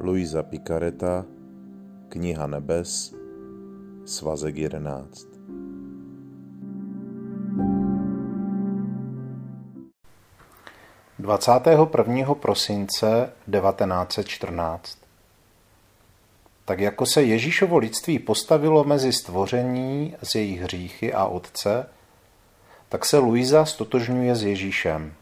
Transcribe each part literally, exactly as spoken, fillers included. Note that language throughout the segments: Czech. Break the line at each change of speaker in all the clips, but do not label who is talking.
Luisa Picareta, Kniha nebes, svazek jedenáct.
dvacátého prvního prosince devatenáct set čtrnáct. Tak jako se Ježíšovo lidství postavilo mezi stvoření z jejich hříchy a Otce, tak se Luisa stotožňuje s Ježíšem.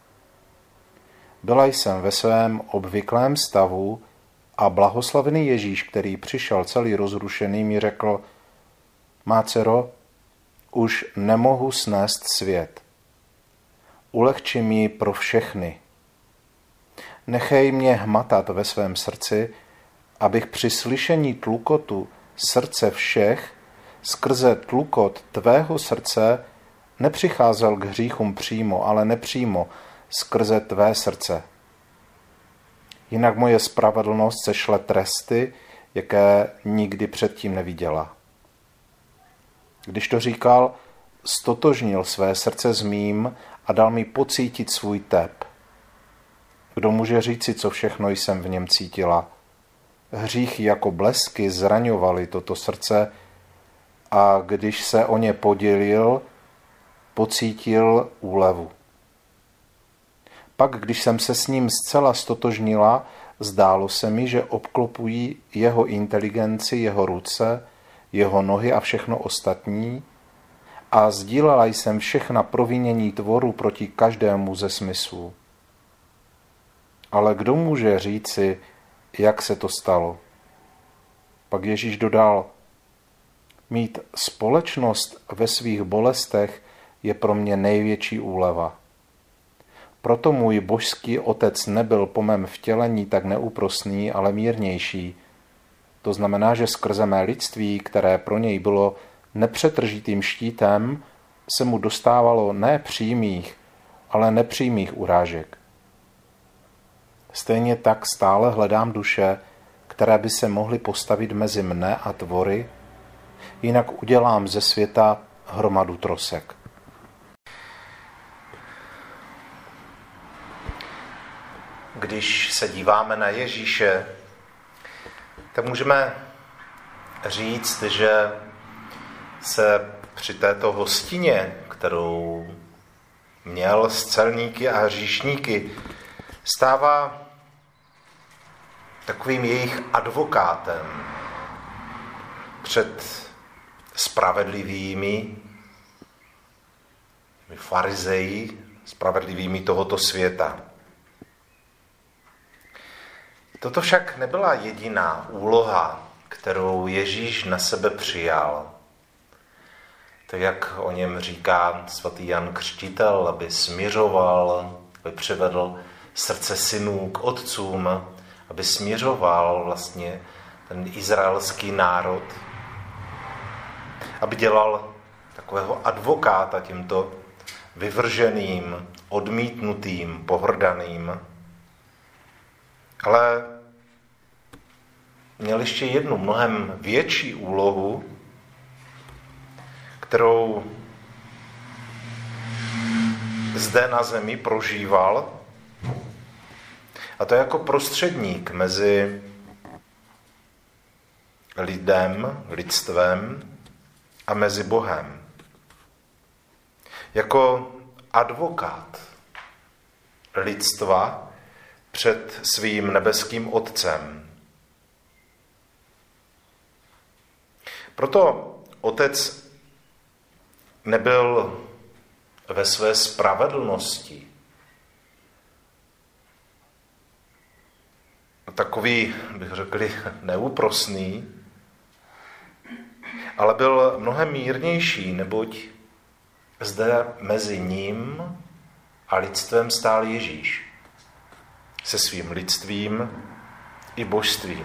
Byla jsem ve svém obvyklém stavu a blahoslavený Ježíš, který přišel celý rozrušený, mi řekl: Má dcero, už nemohu snést svět. Ulehči mi pro všechny. Nechej mě hmatat ve svém srdci, abych při slyšení tlukotu srdce všech skrze tlukot tvého srdce nepřicházel k hříchům přímo, ale nepřímo skrze tvé srdce. Jinak moje spravedlnost sešle tresty, jaké nikdy předtím neviděla. Když to říkal, stotožnil své srdce s mým a dal mi pocítit svůj tep. Kdo může říci, co všechno jsem v něm cítila? Hříchy jako blesky zraňovaly toto srdce a když se o ně podělil, pocítil úlevu. Pak, když jsem se s ním zcela stotožnila, zdálo se mi, že obklopují jeho inteligenci, jeho ruce, jeho nohy a všechno ostatní a sdílela jsem všechna provinění tvoru proti každému ze smyslů. Ale kdo může říci, jak se to stalo? Pak Ježíš dodal: Mít společnost ve svých bolestech je pro mě největší úleva. Proto můj božský otec nebyl po mém vtělení tak neúprosný, ale mírnější. To znamená, že skrze mé lidství, které pro něj bylo nepřetržitým štítem, se mu dostávalo ne přímých, ale nepřímých urážek. Stejně tak stále hledám duše, které by se mohly postavit mezi mne a tvory, jinak udělám ze světa hromadu trosek. Když se díváme na Ježíše, tak můžeme říct, že se při této hostině, kterou měl s celníky a hříšníky, stává takovým jejich advokátem před spravedlivými farizeji, spravedlivými tohoto světa. Toto však nebyla jediná úloha, kterou Ježíš na sebe přijal. Tak jak o něm říká svatý Jan Křtitel, aby smiřoval, aby přivedl srdce synů k otcům, aby smiřoval vlastně ten izraelský národ, aby dělal takového advokáta těmto vyvrženým, odmítnutým, pohrdaným. Ale měl ještě jednu mnohem větší úlohu, kterou zde na zemi prožíval, a to jako prostředník mezi lidem, lidstvem a mezi Bohem. Jako advokát lidstva před svým nebeským Otcem. Proto Otec nebyl ve své spravedlnosti takový, bych řekl, neúprosný, ale byl mnohem mírnější, neboť zde mezi ním a lidstvem stál Ježíš se svým lidstvím i božstvím.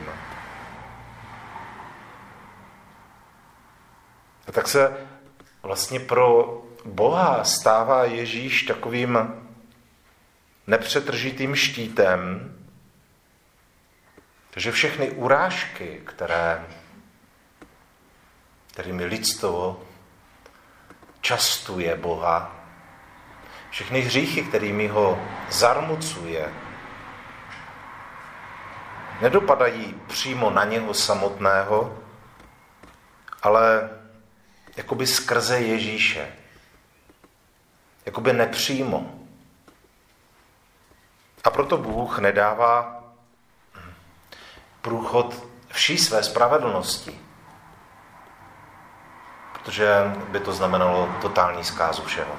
A tak se vlastně pro Boha stává Ježíš takovým nepřetržitým štítem, takže všechny urážky, které, kterými lidstvo častuje Boha, všechny hříchy, kterými ho zarmucuje, nedopadají přímo na něho samotného, ale jakoby skrze Ježíše. Jakoby nepřímo. A proto Bůh nedává průchod vší své spravedlnosti. Protože by to znamenalo totální zkázu všeho.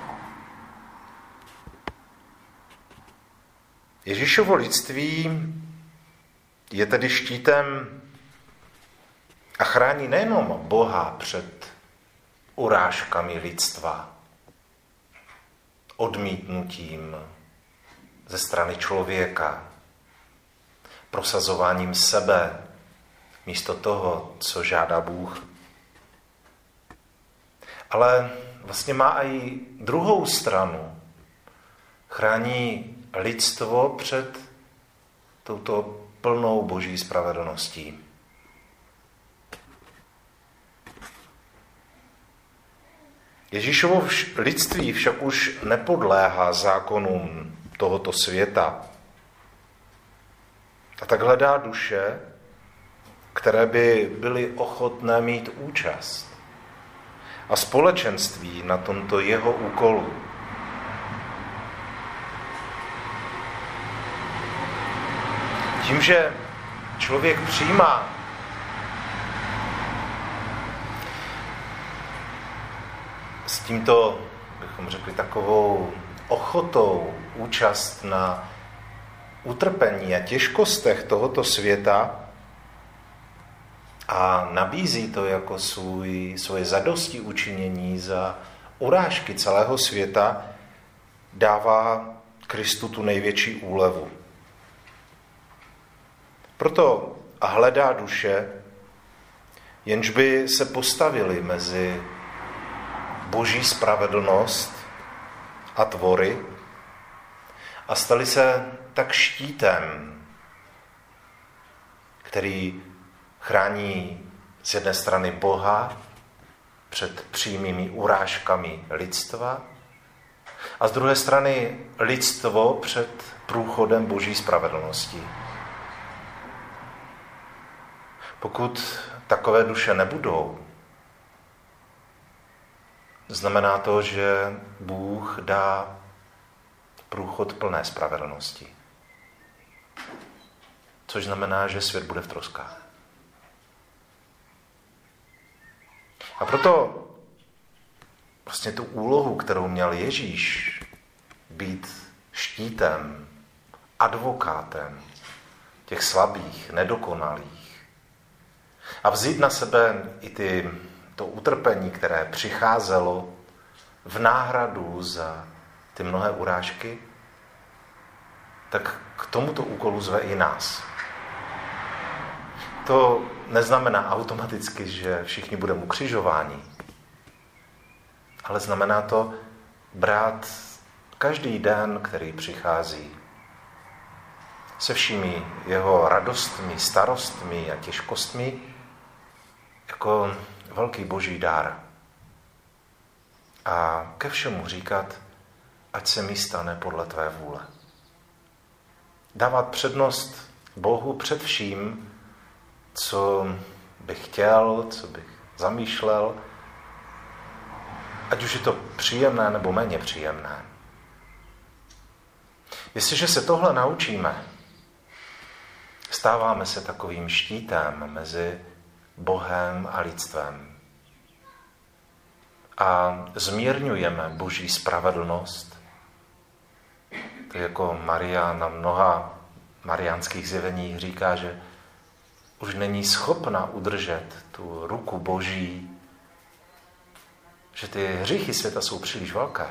Ježíšovo lidství je tedy štítem a chrání nejenom Boha před urážkami lidstva, odmítnutím ze strany člověka, prosazováním sebe místo toho, co žádá Bůh. Ale vlastně má i druhou stranu. Chrání lidstvo před touto plnou boží spravedlností. Ježíšovo lidství však už nepodléhá zákonům tohoto světa. A tak hledá duše, které by byly ochotné mít účast a společenství na tomto jeho úkolu. Tím, že člověk přijímá s tímto, bychom řekli, takovou ochotou účast na utrpení a těžkostech tohoto světa a nabízí to jako svůj, svoje zadosti učinění za urážky celého světa, dává Kristu tu největší úlevu. Proto hledá duše, jenž by se postavili mezi boží spravedlnost a tvory a stali se tak štítem, který chrání z jedné strany Boha před přímými urážkami lidstva a z druhé strany lidstvo před průchodem boží spravedlnosti. Pokud takové duše nebudou, znamená to, že Bůh dá průchod plné spravedlnosti. Což znamená, že svět bude v troskách. A proto vlastně tu úlohu, kterou měl Ježíš, být štítem, advokátem těch slabých, nedokonalých a vzít na sebe i ty, to utrpení, které přicházelo v náhradu za ty mnohé urážky, tak k tomuto úkolu zve i nás. To neznamená automaticky, že všichni budeme ukřižováni, ale znamená to brát každý den, který přichází, se všemi jeho radostmi, starostmi a těžkostmi, jako velký boží dar. A ke všemu říkat, ať se mi stane podle tvé vůle. Dávat přednost Bohu před vším, co bych chtěl, co bych zamýšlel, ať už je to příjemné nebo méně příjemné. Jestliže se tohle naučíme, stáváme se takovým štítem mezi Bohem a lidstvem. A zmírňujeme boží spravedlnost. To jako Maria na mnoha mariánských zjeveních říká, že už není schopna udržet tu ruku boží, že ty hříchy světa jsou příliš velké.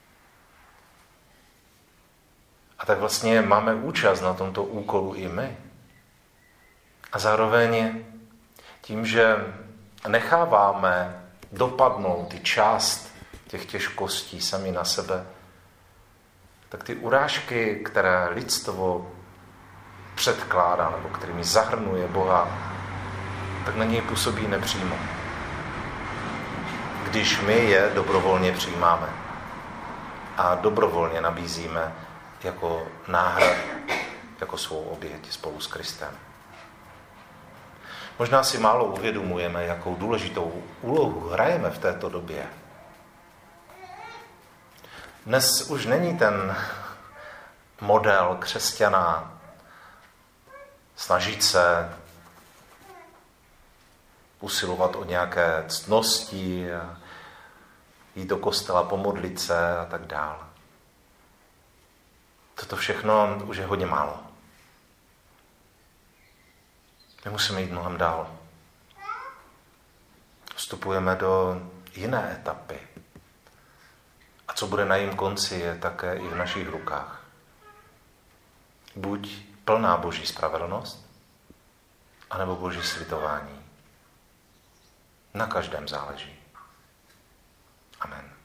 A tak vlastně máme účast na tomto úkolu i my. A zároveň tím, že necháváme dopadnout ty část těch těžkostí sami na sebe, tak ty urážky, které lidstvo předkládá, nebo kterými zahrnuje Boha, tak na něj působí nepřímo. Když my je dobrovolně přijímáme a dobrovolně nabízíme jako náhradu, jako svou oběť spolu s Kristem. Možná si málo uvědomujeme, jakou důležitou úlohu hrajeme v této době. Dnes už není ten model křesťana snažit se usilovat o nějaké ctnosti, jít do kostela, pomodlit se a tak dále. Toto všechno už je hodně málo. My musíme jít mnohem dál. Vstupujeme do jiné etapy. A co bude na jejím konci, je také i v našich rukách. Buď plná Boží spravedlnost, anebo Boží slitování. Na každém záleží. Amen.